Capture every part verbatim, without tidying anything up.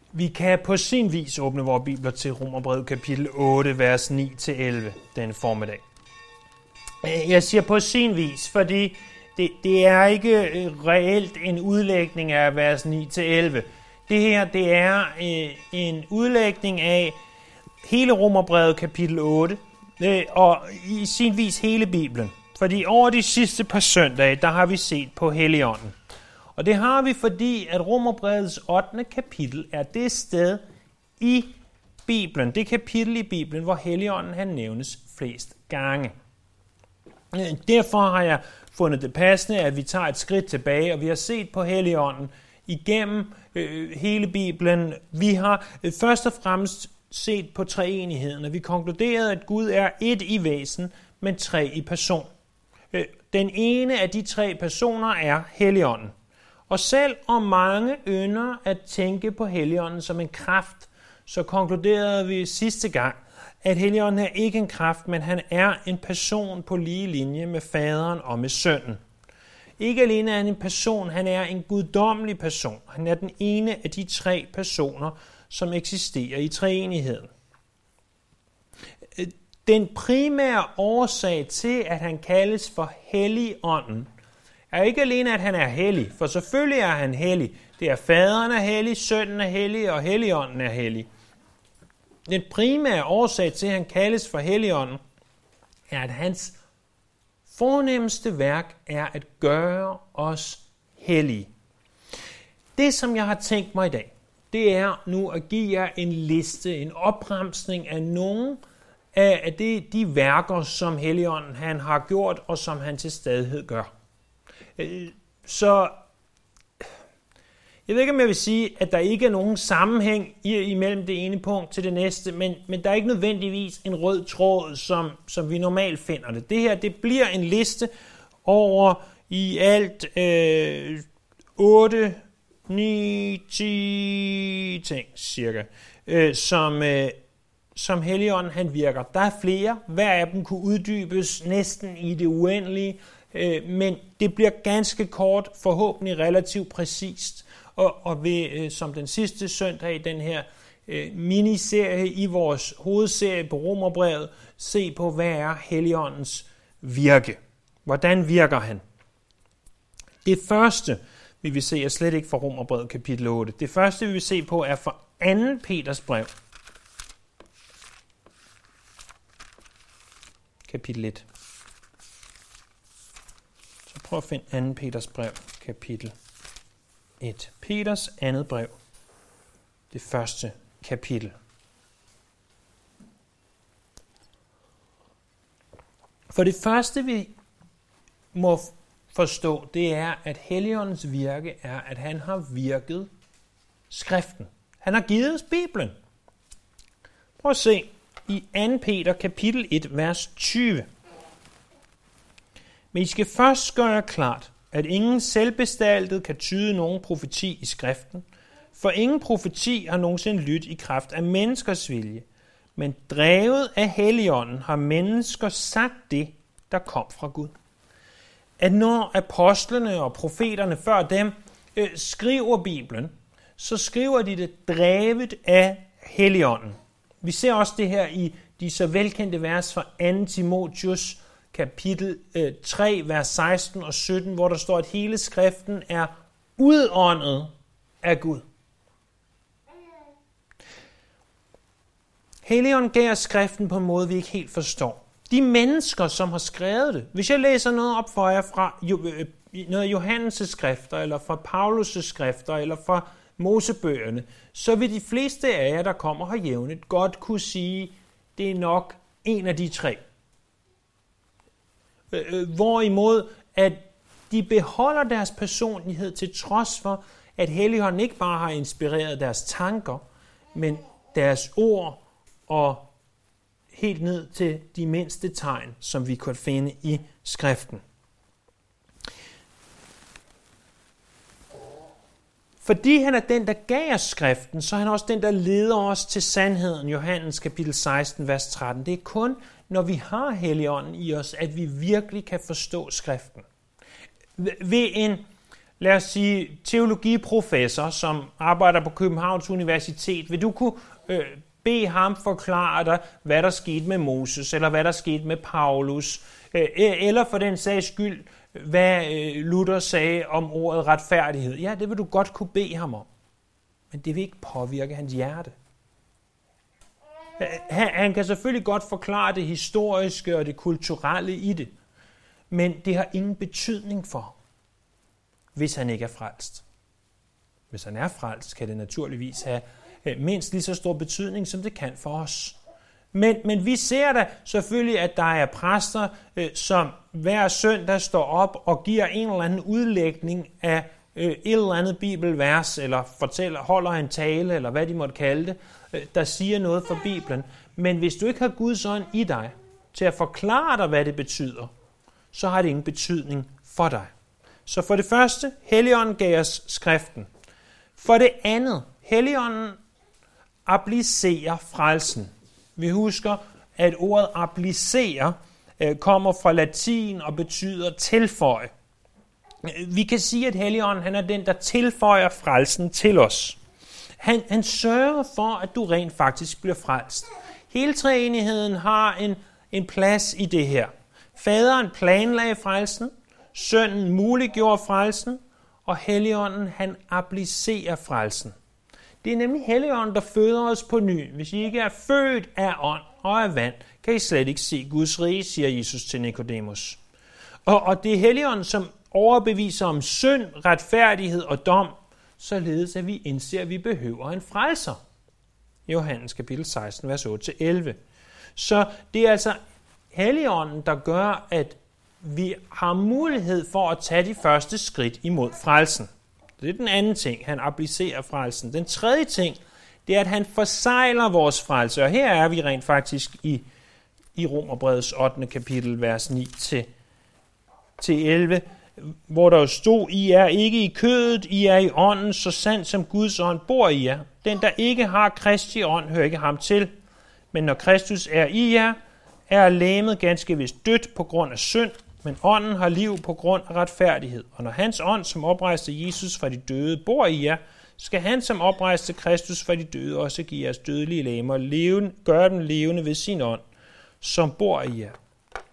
Vi kan på sin vis åbne vores bibler til Romerbrevet kapitel otte, vers ni til elleve denne formiddag. Jeg siger på sin vis, fordi det, det er ikke reelt en udlægning af vers ni til elleve. Det her, det er øh, en udlægning af hele Romerbrevet kapitel otte, øh, og i sin vis hele Bibelen. Fordi over de sidste par søndage, der har vi set på Helligånden. Og det har vi, fordi at Romerbrevets ottende kapitel er det sted i Bibelen, det kapitel i Bibelen, hvor Helligånden han nævnes flest gange. Derfor har jeg fundet det passende, at vi tager et skridt tilbage, og vi har set på Helligånden igennem øh, hele Bibelen. Vi har øh, først og fremmest set på treenigheden, og vi konkluderede, at Gud er et i væsen, men tre i person. Øh, den ene af de tre personer er Helligånden. Og selv om mange ynder at tænke på Helligånden som en kraft, så konkluderede vi sidste gang, at Helligånden er ikke en kraft, men han er en person på lige linje med faderen og med sønnen. Ikke alene er han en person, han er en guddommelig person. Han er den ene af de tre personer, som eksisterer i treenigheden. Den primære årsag til, at han kaldes for Helligånden, er ikke alene, at han er hellig, for selvfølgelig er han hellig. Det er faderen er hellig, sønnen er hellig, og Helligånden er hellig. Den primære årsag til, at han kaldes for Helligånden, er, at hans fornemmeste værk er at gøre os hellige. Det, som jeg har tænkt mig i dag, det er nu at give jer en liste, en opremsning af nogle af de, de værker, som Helligånden han har gjort, og som han til stadighed gør. Så jeg ved ikke, om jeg vil sige, at der ikke er nogen sammenhæng imellem det ene punkt til det næste, men, men der er ikke nødvendigvis en rød tråd, som, som vi normalt finder det. Det her, det bliver en liste over i alt øh, otte, ni, ti ting cirka, øh, som, øh, som Helligånden han virker. Der er flere, hver af dem kunne uddybes næsten i det uendelige, øh, men det bliver ganske kort, forhåbentlig relativt præcist. Og, og vil, øh, som den sidste søndag i den her øh, miniserie i vores hovedserie på Romerbrevet, se på, hvad er Helligåndens virke. Hvordan virker han? Det første, vi vil se, er slet ikke fra Romerbrevet kapitel otte. Det første, vi vil se på, er fra anden Peters brev, kapitel et. Så prøv at finde anden Peters brev, kapitel et. Peters andet brev, det første kapitel. For det første, vi må forstå, det er, at Helligåndens virke er, at han har virket skriften. Han har givet os Bibelen. Prøv at se i anden Peter kapitel et, vers tyve. Men I skal først gøre klart, at ingen selvbestaltet kan tyde nogen profeti i skriften, for ingen profeti har nogensinde lydt i kraft af menneskers vilje, men drevet af Helligånden har mennesker sagt det, der kom fra Gud. At når apostlene og profeterne før dem øh, skriver Bibelen, så skriver de det drevet af Helligånden. Vi ser også det her i de så velkendte vers fra anden Timotheus kapitel øh, tre, vers seksten og sytten, hvor der står, at hele skriften er udåndet af Gud. Helligånden gav skriften på en måde, vi ikke helt forstår. De mennesker, som har skrevet det, hvis jeg læser noget op for jer fra noget af Johannes' skrifter, eller fra Paulus' skrifter, eller fra Mosebøgerne, så vil de fleste af jer, der kommer her jævnligt, godt kunne sige, det er nok en af de tre. Hvorimod, at de beholder deres personlighed til trods for, at Helligånden ikke bare har inspireret deres tanker, men deres ord og helt ned til de mindste tegn, som vi kan finde i skriften. Fordi han er den, der gav os skriften, så er han også den, der leder os til sandheden. Johannes kapitel seksten, vers tretten. Det er kun, når vi har Helligånden i os, at vi virkelig kan forstå skriften. Ved en lad os sige, teologiprofessor, som arbejder på Københavns Universitet, vil du kunne øh, bede ham forklare dig, hvad der skete med Moses, eller hvad der skete med Paulus, øh, eller for den sags skyld, hvad øh, Luther sagde om ordet retfærdighed. Ja, det vil du godt kunne bede ham om. Men det vil ikke påvirke hans hjerte. Han, han kan selvfølgelig godt forklare det historiske og det kulturelle i det, men det har ingen betydning for ham, hvis han ikke er frelst. Hvis han er frelst, kan det naturligvis have mindst lige så stor betydning, som det kan for os. Men, men vi ser da selvfølgelig, at der er præster, som hver søndag står op og giver en eller anden udlægning af et eller andet bibelvers, eller fortæller, holder en tale, eller hvad de måtte kalde det, der siger noget for Bibelen. Men hvis du ikke har Guds ånd i dig til at forklare dig, hvad det betyder, så har det ingen betydning for dig. Så for det første, Helligånden gav os skriften. For det andet, Helligånden applicerer frelsen. Vi husker, at ordet applicere kommer fra latin og betyder tilføje. Vi kan sige, at Helligånden han er den, der tilføjer frelsen til os. Han, han sørger for, at du rent faktisk bliver frelst. Hele treenigheden har en, en plads i det her. Faderen planlagde frelsen, Sønnen muliggjorde frelsen, og Helligånden han applicerer frelsen. Det er nemlig Helligånden, der føder os på ny. Hvis I ikke er født af ånd og af vand, kan I slet ikke se Guds rige, siger Jesus til Nikodemus. Og, og det er Helligånden, som overbeviser om synd, retfærdighed og dom, således at vi indser, at vi behøver en frelser. Johannes kapitel seksten, vers otte til elleve. Så det er altså Helligånden, der gør, at vi har mulighed for at tage de første skridt imod frelsen. Det er den anden ting, han applicerer frelsen. Den tredje ting, det er, at han forsegler vores frelse. Og her er vi rent faktisk i, i Romerbrevets ottende kapitel, vers ni til elleve, hvor der jo stod, I er ikke i kødet, I er i ånden, så sandt som Guds ånd bor i jer. Den, der ikke har Kristi ånd, hører ikke ham til. Men når Kristus er i jer, er legemet ganske vist dødt på grund af synd, men ånden har liv på grund af retfærdighed. Og når hans ånd, som oprejste Jesus fra de døde, bor i jer, skal han, som oprejste Kristus fra de døde, også give jeres dødelige legemer og leve, gøre dem levende ved sin ånd, som bor i jer.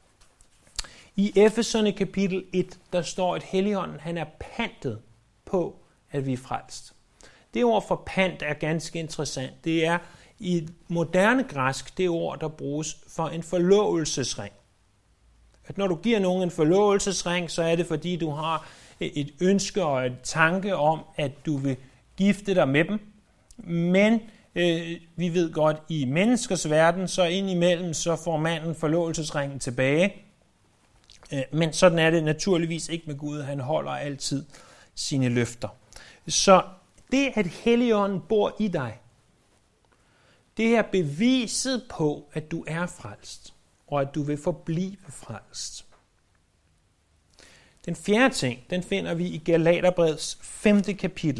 I Efeserne kapitel et, der står, at Helligånden han er pantet på, at vi er frelst. Det ord for pant er ganske interessant. Det er i moderne græsk det ord, der bruges for en forlovelsesring. At når du giver nogen en forlovelsesring, så er det fordi, du har et ønske og et tanke om, at du vil gifte dig med dem. Men øh, vi ved godt, i menneskers verden, så indimellem så får manden forlovelsesringen tilbage. Men sådan er det naturligvis ikke med Gud. Han holder altid sine løfter. Så det, at Helligånden bor i dig, det er beviset på, at du er frelst, og at du vil forblive frelst. Den fjerde ting, den finder vi i Galaterbrevets femte kapitel.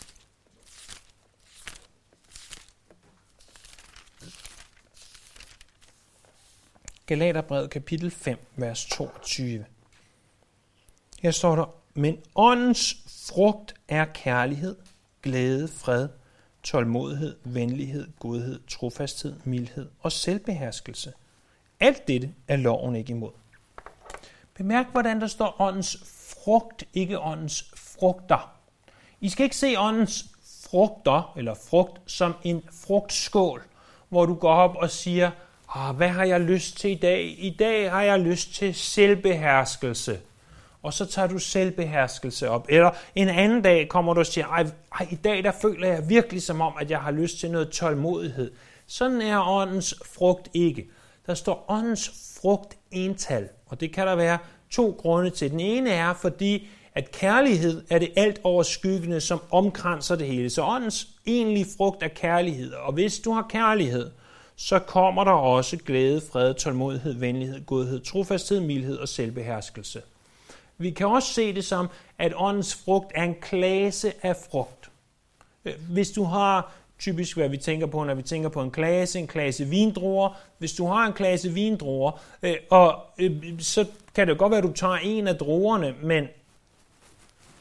Galaterbrevet kapitel fem, vers toogtyve. Her står der, men åndens frugt er kærlighed, glæde, fred, tålmodighed, venlighed, godhed, trofasthed, mildhed og selvbeherskelse. Alt dette er loven ikke imod. Bemærk, hvordan der står åndens frugt, ikke åndens frugter. I skal ikke se åndens frugter, eller frugt, som en frugtskål, hvor du går op og siger, ah, hvad har jeg lyst til i dag? I dag har jeg lyst til selvbeherskelse. Og så tager du selvbeherskelse op. Eller en anden dag kommer du og siger, ej, ej, i dag der føler jeg virkelig som om, at jeg har lyst til noget tålmodighed. Sådan er åndens frugt ikke. Der står åndens frugt ental, og det kan der være to grunde til. Den ene er, fordi at kærlighed er det alt overskyggende, som omkranser det hele. Så åndens egentlige frugt er kærlighed, og hvis du har kærlighed, så kommer der også glæde, fred, tålmodighed, venlighed, godhed, trofasthed, mildhed og selvbeherskelse. Vi kan også se det som, at åndens frugt er en klase af frugt. Hvis du har typisk, hvad vi tænker på, når vi tænker på en klase, en klase vindruer. Hvis du har en klase vindruer, øh, og øh, så kan det godt være, at du tager en af druerne, men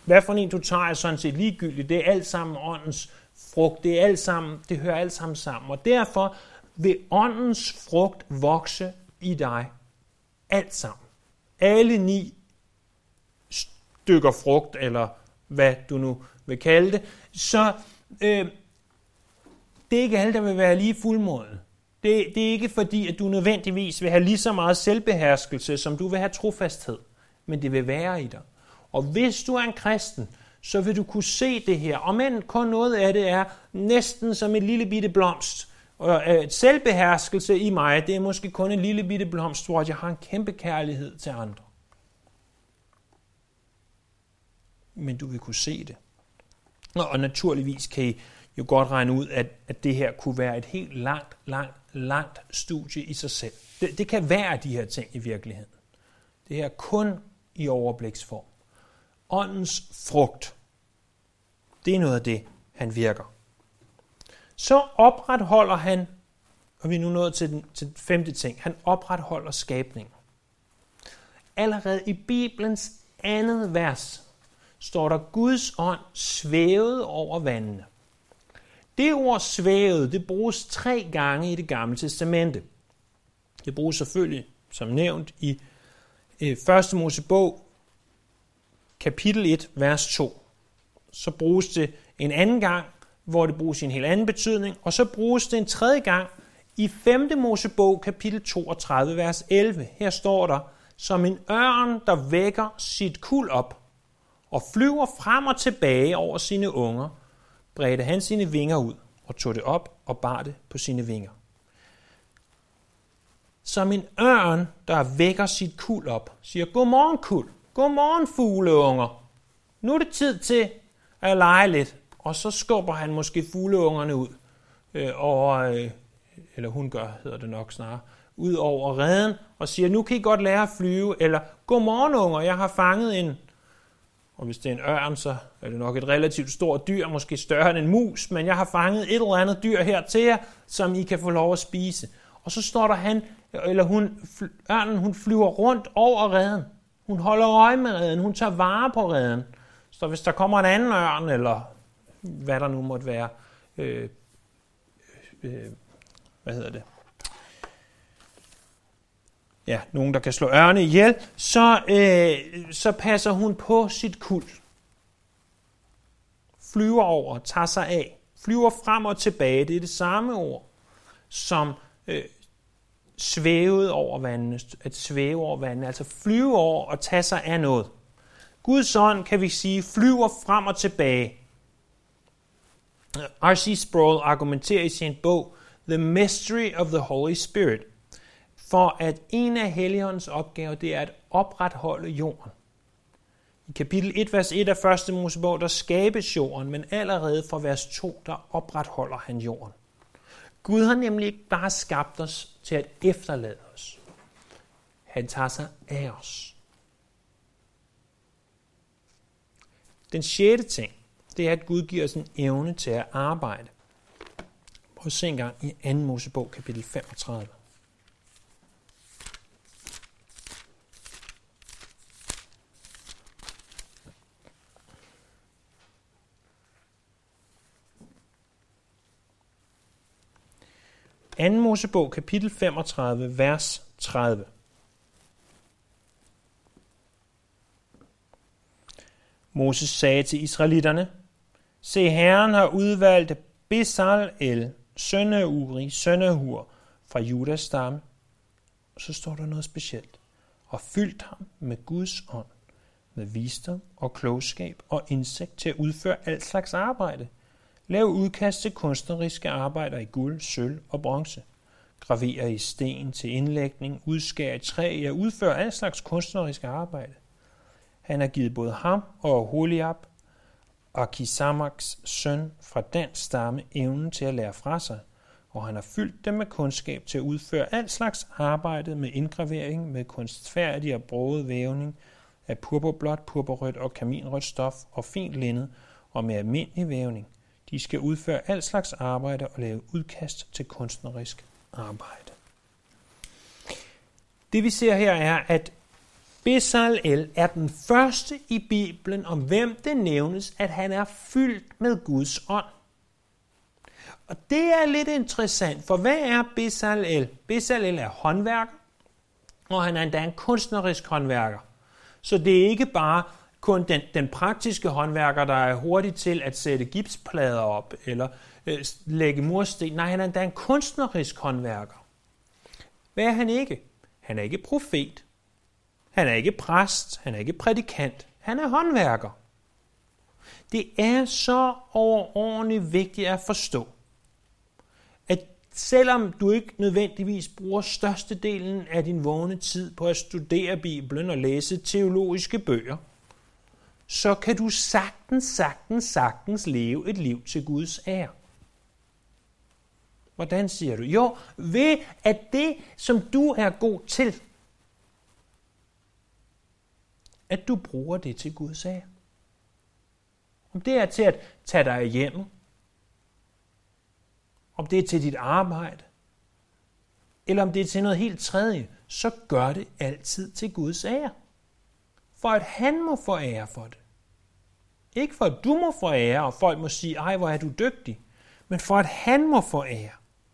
hvad for en du tager er sådan set ligegyldigt. Det er alt sammen åndens frugt. Det er alt sammen, det hører alt sammen sammen. Og derfor vil åndens frugt vokse i dig. Alt sammen. Alle ni stykker frugt, eller hvad du nu vil kalde det. Så øh, det er ikke alle, der vil være lige fuldmodne. Det, det er ikke fordi, at du nødvendigvis vil have lige så meget selvbeherskelse, som du vil have trofasthed. Men det vil være i dig. Og hvis du er en kristen, så vil du kunne se det her. Og men kun noget af det er næsten som et lille bitte blomst. Og et selvbeherskelse i mig, det er måske kun en lille bitte blomst, hvor jeg har en kæmpe kærlighed til andre. Men du vil kunne se det. Og naturligvis kan I jo godt regne ud, at, at det her kunne være et helt langt, langt, langt studie i sig selv. Det, det kan være de her ting i virkeligheden. Det her kun i overbliksform. Åndens frugt, det er noget af det, han virker. Så opretholder han, og vi er nu nået til den, til den femte ting, han opretholder skabningen. Allerede i Bibelens andet vers står der, Guds ånd svævede over vandene. Det ord svævede, det bruges tre gange i Det Gamle Testamente. Det bruges selvfølgelig, som nævnt, i øh, første Mosebog, kapitel et, vers to. Så bruges det en anden gang, hvor det bruges i en helt anden betydning, og så bruges det en tredje gang i femte Mosebog, kapitel toogtredive, vers elleve. Her står der, som en ørn, der vækker sit kuld op og flyver frem og tilbage over sine unger, bredte han sine vinger ud og tog det op og bar det på sine vinger. Som en ørn, der vækker sit kuld op, siger, godmorgen kuld, godmorgen fugleunger. Nu er det tid til at lege lidt. Og så skubber han måske fugleungerne ud øh, over, øh, eller hun gør, hedder det nok snarere, ud over reden og siger, nu kan I godt lære at flyve, eller godmorgen unger, jeg har fanget en, og hvis det er en ørn, så er det nok et relativt stort dyr, måske større end en mus, men jeg har fanget et eller andet dyr her til jer, som I kan få lov at spise. Og så står der han, eller hun, ørnen, hun flyver rundt over reden. Hun holder øje med reden, hun tager vare på reden. Så hvis der kommer en anden ørn, eller hvad der nu måtte være, øh, øh, hvad hedder det? Ja, nogen, der kan slå ørne ihjel, så, øh, så passer hun på sit kuld. Flyver over, tager sig af, flyver frem og tilbage. Det er det samme ord, som øh, svævede over vandene, at svæve over vandene, altså flyve over og tage sig af noget. Guds ånd, kan vi sige, flyver frem og tilbage. R C Sproul argumenterer i sin bog The Mystery of the Holy Spirit, for at en af Helligåndens opgaver, det er at opretholde jorden. I kapitel et, vers et af første Mosebog, der skabes jorden, men allerede fra vers to, der opretholder han jorden. Gud har nemlig ikke bare skabt os til at efterlade os. Han tager sig af os. Den sjette ting, det er, at Gud giver os en evne til at arbejde. Prøv at se en gang i anden Mosebog, kapitel femogtredive. anden Mosebog, kapitel femogtredive, vers tredive. Moses sagde til israelitterne, se, Herren har udvalgt Bezalel, søn af Uri, søn af Hur, fra Judas stamme. Og så står der noget specielt. Og fyldt ham med Guds ånd, med visdom og klogskab og indsigt til at udføre alt slags arbejde. Lav udkast til kunstneriske arbejder i guld, sølv og bronze. Gravere i sten til indlægning, udskære i træ og udføre alt slags kunstneriske arbejde. Han har givet både ham og Holiab, Akisamaks søn, fra den stamme evnen til at lære fra sig, og han har fyldt dem med kundskab til at udføre alt slags arbejde med indgravering, med kunstfærdig og broget vævning af purpurblåt, purpurrødt og kaminrødt stof og fint linned, og med almindelig vævning. De skal udføre alt slags arbejde og lave udkast til kunstnerisk arbejde. Det vi ser her er, at Bezalel er den første i Bibelen, om hvem det nævnes, at han er fyldt med Guds ånd. Og det er lidt interessant, for hvad er Bezalel? Bezalel er håndværker, og han er endda en kunstnerisk håndværker. Så det er ikke bare kun den, den praktiske håndværker, der er hurtig til at sætte gipsplader op, eller øh, lægge mursten. Nej, han er endda en kunstnerisk håndværker. Hvad er han ikke? Han er ikke profet. Han er ikke præst. Han er ikke prædikant. Han er håndværker. Det er så overordentligt vigtigt at forstå, at selvom du ikke nødvendigvis bruger størstedelen af din vågne tid på at studere Bibelen og læse teologiske bøger, så kan du sagtens, sagtens, sagtens leve et liv til Guds ære. Hvordan siger du? Jo, ved at det, som du er god til, at du bruger det til Guds ære. Om det er til at tage dig hjem, om det er til dit arbejde, eller om det er til noget helt tredje, så gør det altid til Guds ære. For at han må få ære for det. Ikke for at du må få ære, og folk må sige, ej, hvor er du dygtig, men for at han må få ære.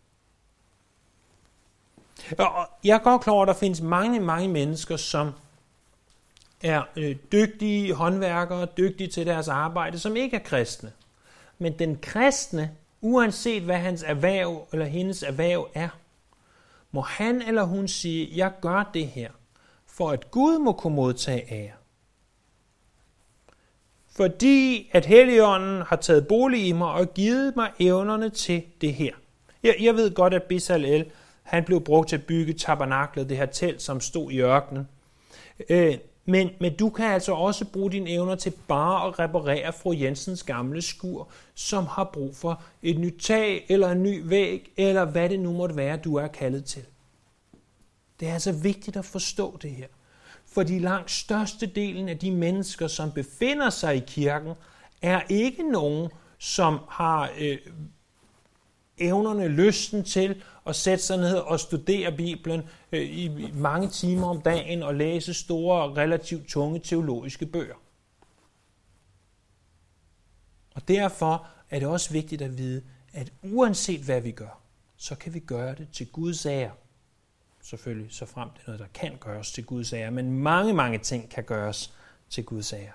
Og jeg er godt klar over, at der findes mange, mange mennesker, som er øh, dygtige håndværkere, dygtige til deres arbejde, som ikke er kristne. Men den kristne, uanset hvad hans erhverv eller hendes erhverv er, må han eller hun sige, jeg gør det her, for at Gud må kunne modtage ære. Fordi at Helligånden har taget bolig i mig og givet mig evnerne til det her. Jeg, jeg ved godt, at Bezalel, han blev brugt til at bygge tabernaklet, det her telt, som stod i ørkenen. Øh, men, men du kan altså også bruge dine evner til bare at reparere fru Jensens gamle skur, som har brug for et nyt tag, eller en ny væg, eller hvad det nu måtte være, du er kaldet til. Det er altså vigtigt at forstå det her. Fordi langt størstedelen af de mennesker, som befinder sig i kirken, er ikke nogen, som har øh, evnerne, lysten til at sætte sig ned og studere Bibelen øh, i mange timer om dagen og læse store og relativt tunge teologiske bøger. Og derfor er det også vigtigt at vide, at uanset hvad vi gør, så kan vi gøre det til Guds ære. Selvfølgelig, så frem det er noget, der kan gøres til Guds ære, men mange, mange ting kan gøres til Guds ære.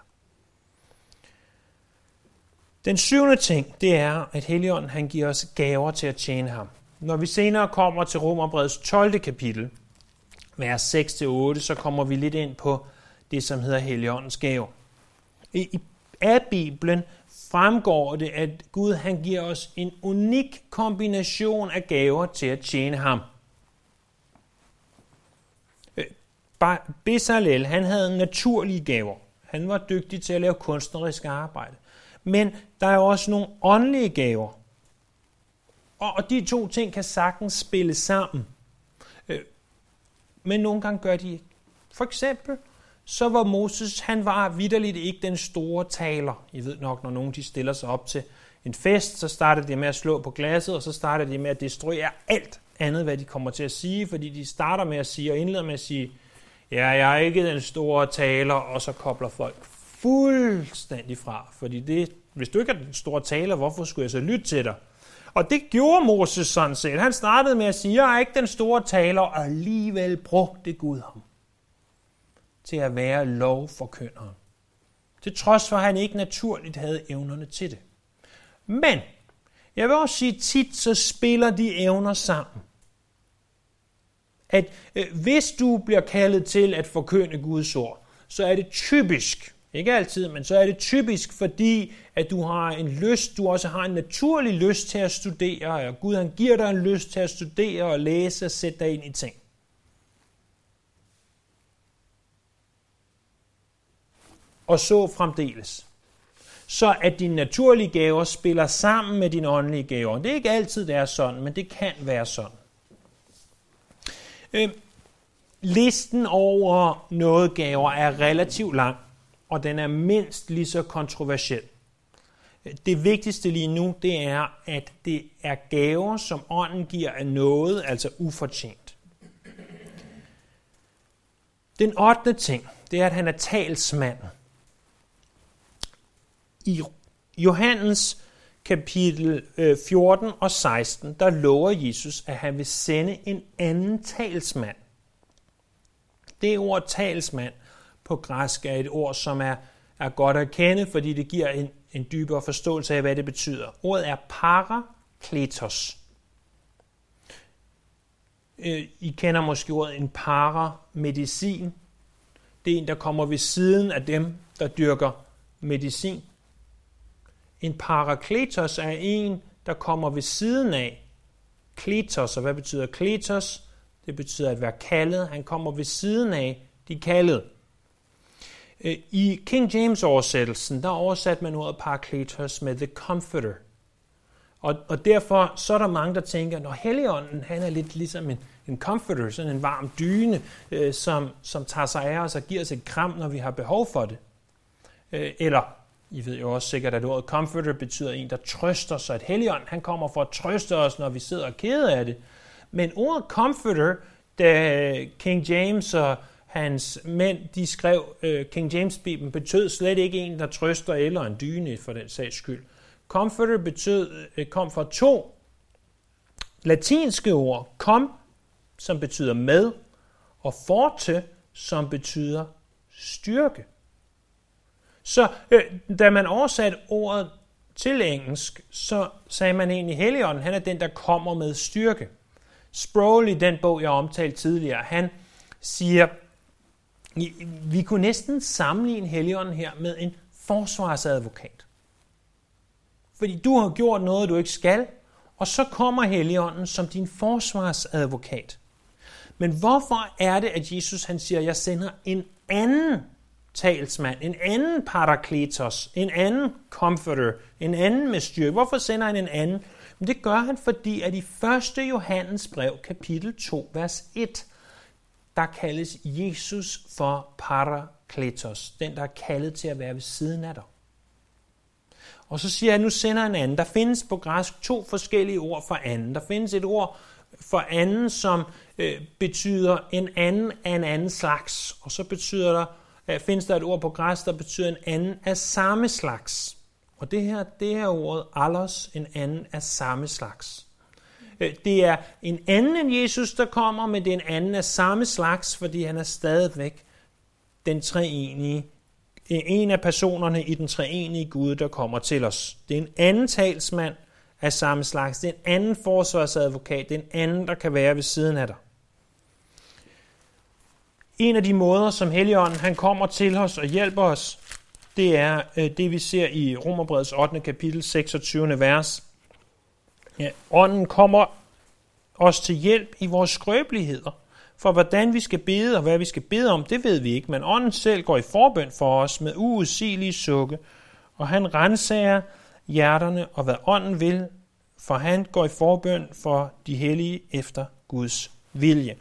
Den syvende ting, det er, at Helligånden han giver os gaver til at tjene ham. Når vi senere kommer til Romerbrevets tolvte kapitel, vers seks til otte, så kommer vi lidt ind på det, som hedder Helligåndens gaver. I af Bibelen fremgår det, at Gud han giver os en unik kombination af gaver til at tjene ham. Bezalel, han havde naturlige gaver. Han var dygtig til at lave kunstnerisk arbejde. Men der er også nogle åndelige gaver. Og de to ting kan sagtens spille sammen. Men nogle gange gør de ikke. For eksempel, så var Moses, han var vitterligt ikke den store taler. I ved nok, når nogen de stiller sig op til en fest, så starter de med at slå på glasset, og så starter de med at destruere alt andet, hvad de kommer til at sige, fordi de starter med at sige og indleder med at sige, ja, jeg er ikke den store taler, og så kobler folk fuldstændig fra. Fordi det, hvis du ikke er den store taler, hvorfor skulle jeg så lytte til dig? Og det gjorde Moses sådan set. Han startede med at sige, jeg er ikke den store taler, og alligevel brugte Gud ham til at være lovforkynderen. Til trods for, at han ikke naturligt havde evnerne til det. Men jeg vil også sige, tit så spiller de evner sammen. At øh, hvis du bliver kaldet til at forkynde Guds ord, så er det typisk, ikke altid, men så er det typisk, fordi at du har en lyst, du også har en naturlig lyst til at studere, og Gud han giver dig en lyst til at studere og læse og sætte dig ind i ting. Og så fremdeles. Så at dine naturlige gaver spiller sammen med dine åndelige gaver. Det er ikke altid, det er sådan, men det kan være sådan. Øh, listen over nådegaver er relativt lang, og den er mindst lige så kontroversiel. Det vigtigste lige nu, det er, at det er gaver, som ånden giver af nåde, altså ufortjent. Den ottende ting, det er, at han er talsmanden. I Johannes kapitel fjorten og seksten, der lover Jesus, at han vil sende en anden talsmand. Det ord talsmand på græsk er et ord, som er, er godt at kende, fordi det giver en, en dybere forståelse af, hvad det betyder. Ordet er parakletos. I kender måske ordet en paramedicin. Det er en, der kommer ved siden af dem, der dyrker medicin. En parakletos er en, der kommer ved siden af kletos. Og hvad betyder kletos? Det betyder at være kaldet. Han kommer ved siden af de kaldede. I King James oversættelsen, der oversatte man ordet parakletos med the comforter. Og, og derfor så er der mange, der tænker, når Helligånden, han er lidt ligesom en, en comforter, sådan en varm dyne, øh, som, som tager sig af os og giver os et kram, når vi har behov for det. Øh, eller, I ved jo også sikkert, at ordet comforter betyder en, der trøster, så at Helligånden, han kommer for at trøste os, når vi sidder og keder af det. Men ordet comforter, da King James og hans mænd, de skrev øh, King James-bibelen, betød slet ikke en, der trøster eller en dyne for den sags skyld. Comforter betød, øh, kom fra to latinske ord. Com, som betyder med, og forte, som betyder styrke. Så øh, da man oversatte ordet til engelsk, så sagde man egentlig, Helligånden, han er den, der kommer med styrke. Sproul i den bog, jeg omtalte tidligere, han siger, vi kunne næsten sammenligne Helligånden her med en forsvarsadvokat. Fordi du har gjort noget, du ikke skal, og så kommer Helligånden som din forsvarsadvokat. Men hvorfor er det, at Jesus han siger, jeg sender en anden talsmand, en anden parakletos, en anden comforter, en anden med styrke? Hvorfor sender han en anden? Men det gør han, fordi at i første Johannes brev, kapitel to, vers et, der kaldes Jesus for parakletos, den der er kaldet til at være ved siden af dig. Og så siger jeg, at nu sender en anden. Der findes på græsk to forskellige ord for anden. Der findes et ord for anden, som øh, betyder en anden af en anden slags. Og så betyder der, øh, findes der et ord på græsk, der betyder en anden af samme slags. Og det her, det er ordet allos, en anden af samme slags. Det er en anden end Jesus, der kommer, men det er en anden af samme slags, fordi han er stadigvæk den treenige, en af personerne i den treenige Gud, der kommer til os. Det er en anden talsmand af samme slags. Det er en anden forsvarsadvokat. Det er en anden, der kan være ved siden af dig. En af de måder, som Helligånden han kommer til os og hjælper os, det er det, vi ser i Romerbrevets ottende kapitel, seksogtyvende vers. Ja, ånden kommer os til hjælp i vores skrøbeligheder. For hvordan vi skal bede og hvad vi skal bede om, det ved vi ikke. Men ånden selv går i forbøn for os med uudsigelige sukke. Og han renser hjerterne og hvad ånden vil. For han går i forbøn for de hellige efter Guds vilje.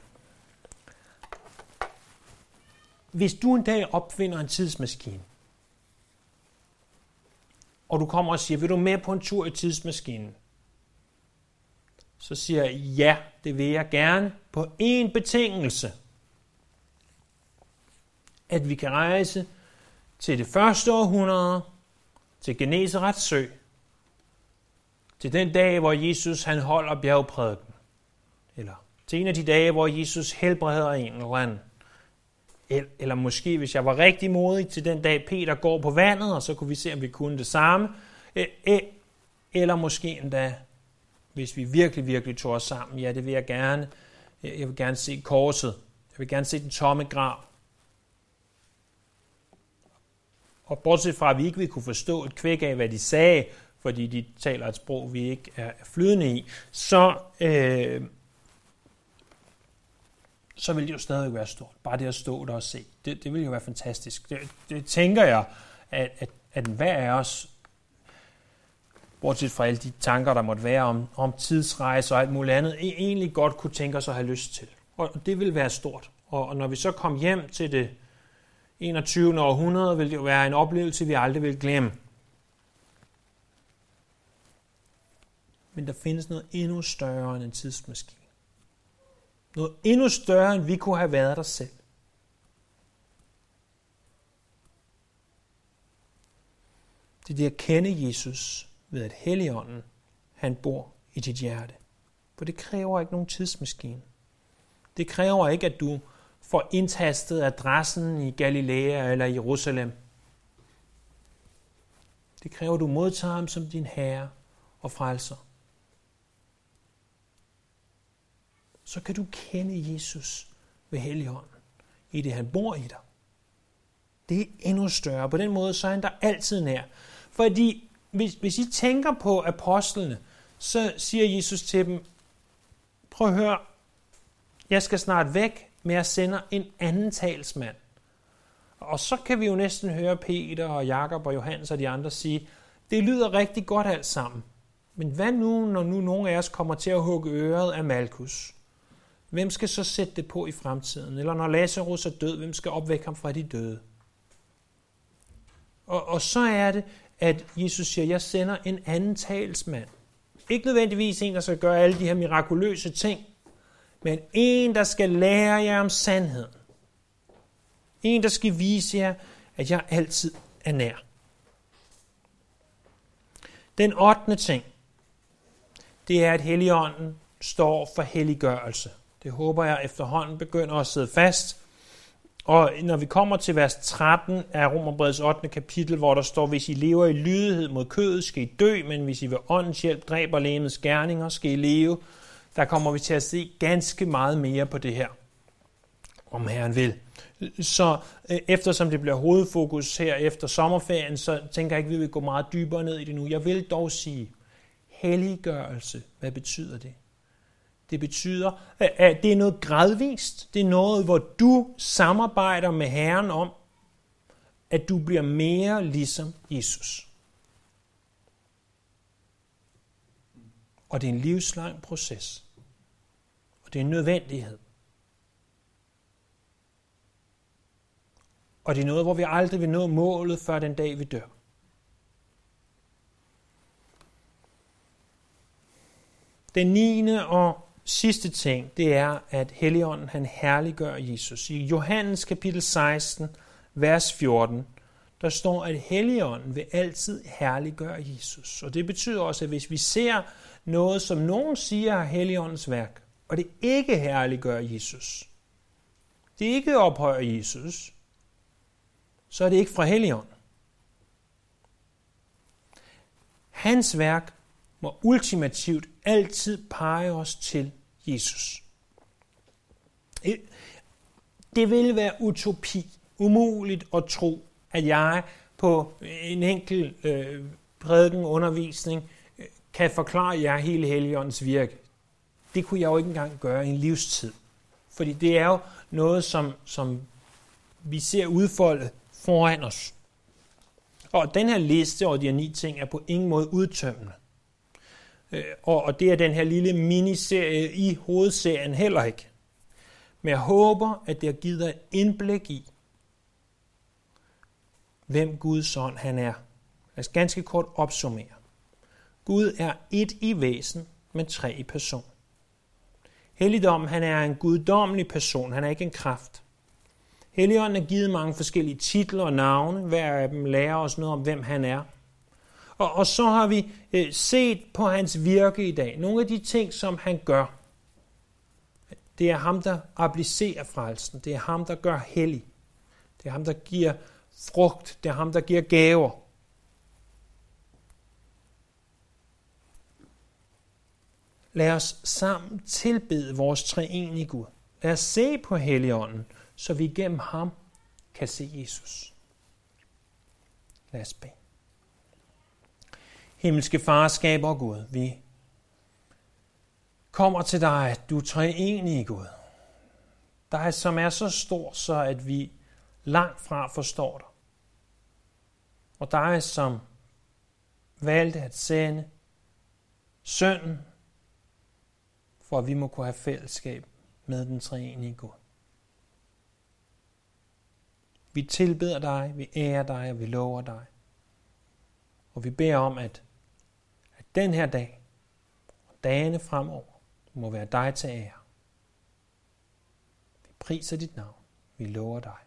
Hvis du en dag opfinder en tidsmaskine, og du kommer og siger, vil du med på en tur i tidsmaskinen? Så siger jeg, ja, det vil jeg gerne, på én betingelse. At vi kan rejse til det første århundrede, til Genesarets sø, til den dag, hvor Jesus han holder bjergprædiken, eller til en af de dage, hvor Jesus helbreder en eller anden. Eller måske, hvis jeg var rigtig modig, til den dag Peter går på vandet, og så kunne vi se, om vi kunne det samme. Eller måske endda, hvis vi virkelig, virkelig tog os sammen. Ja, det vil jeg gerne. Jeg vil gerne se korset. Jeg vil gerne se den tomme grav. Og bortset fra, at vi ikke vil kunne forstå et kvæk af, hvad de sagde, fordi de taler et sprog, vi ikke er flydende i, så, øh, så vil det jo stadig være stort. Bare det at stå der og se. Det, det vil jo være fantastisk. Det, det tænker jeg, at, at, at hver af os, bortset fra alle de tanker, der måtte være om, om tidsrejse og alt muligt andet, egentlig godt kunne tænke os at have lyst til. Og det vil være stort. Og, og når vi så kom hjem til det enogtyvende århundrede, vil det jo være en oplevelse, vi aldrig vil glemme. Men der findes noget endnu større end en tidsmaskine. Noget endnu større, end vi kunne have været der selv. Det er det at kende Jesus ved, at Helligånden, han bor i dit hjerte. For det kræver ikke nogen tidsmaskine. Det kræver ikke, at du får indtastet adressen i Galilea eller Jerusalem. Det kræver, at du modtager ham som din herre og frelser. Så kan du kende Jesus ved Helligånden, i det han bor i dig. Det er endnu større. På den måde, så er han der altid nær. Fordi hvis, hvis I tænker på apostlene, så siger Jesus til dem, prøv at høre, jeg skal snart væk, men jeg sender en anden talsmand. Og så kan vi jo næsten høre Peter og Jakob og Johannes og de andre sige, det lyder rigtig godt alt sammen. Men hvad nu, når nu nogen af os kommer til at hugge øret af Malkus? Hvem skal så sætte det på i fremtiden? Eller når Lazarus er død, hvem skal opvække ham fra de døde? Og, og så er det, at Jesus siger, jeg sender en anden talsmand. Ikke nødvendigvis en, der skal gøre alle de her mirakuløse ting, men en, der skal lære jer om sandheden. En, der skal vise jer, at jeg altid er nær. Den ottende ting, det er, at Helligånden står for helliggørelse. Det håber jeg efterhånden begynder at sidde fast. Og når vi kommer til vers tretten af Romerbrevets ottende kapitel, hvor der står, hvis I lever i lydighed mod kødet, skal I dø, men hvis I ved åndens hjælp dræber legemets gerninger, skal I leve. Der kommer vi til at se ganske meget mere på det her, om Herren vil. Så eftersom det bliver hovedfokus her efter sommerferien, så tænker jeg ikke, at vi vil gå meget dybere ned i det nu. Jeg vil dog sige, helliggørelse, hvad betyder det? Det betyder, at det er noget gradvist. Det er noget, hvor du samarbejder med Herren om, at du bliver mere ligesom Jesus. Og det er en livslang proces. Og det er en nødvendighed. Og det er noget, hvor vi aldrig vil nå målet, før den dag vi dør. Den niende og sidste ting, det er, at Helligånden han herliggør Jesus. I Johannes kapitel seksten, vers fjorten, der står, at Helligånden vil altid herliggøre Jesus. Og det betyder også, at hvis vi ser noget, som nogen siger er Helligåndens værk, og det ikke herliggør Jesus, det ikke ophøjer Jesus, så er det ikke fra Helligånden. Hans værk må ultimativt altid pege os til Jesus. Det ville være utopi, umuligt at tro, at jeg på en enkelt øh, prædiken undervisning øh, kan forklare jer hele Helligåndens virke. Det kunne jeg jo ikke engang gøre i en livstid. Fordi det er jo noget, som, som vi ser udfoldet foran os. Og den her liste over de her ni ting er på ingen måde udtømmende. Og det er den her lille miniserie i hovedserien heller ikke. Men jeg håber, at det har givet dig et indblik i, hvem Guds ånd han er. Lad os ganske kort opsummere. Gud er et i væsen, men tre i person. Helligdommen han er en guddommelig person, han er ikke en kraft. Helligånden er givet mange forskellige titler og navne, hver af dem lærer os noget om, hvem han er. Og, og så har vi øh, set på hans virke i dag. Nogle af de ting, som han gør, det er ham, der applicerer frelsen. Det er ham, der gør hellig. Det er ham, der giver frugt. Det er ham, der giver gaver. Lad os sammen tilbede vores treenige Gud. Lad os se på Helligånden, så vi gennem ham kan se Jesus. Lad os bede. Himmelske Far, skaber Gud, vi kommer til dig, du treenige Gud. Dig, som er så stor, så at vi langt fra forstår dig. Og dig, som valgte at sende sønnen, for at vi må kunne have fællesskab med den treenige Gud. Vi tilbeder dig, vi ærer dig, og vi lover dig. Og vi beder om, at, at den her dag og dagene fremover må være dig til ære. Vi priser dit navn. Vi lover dig.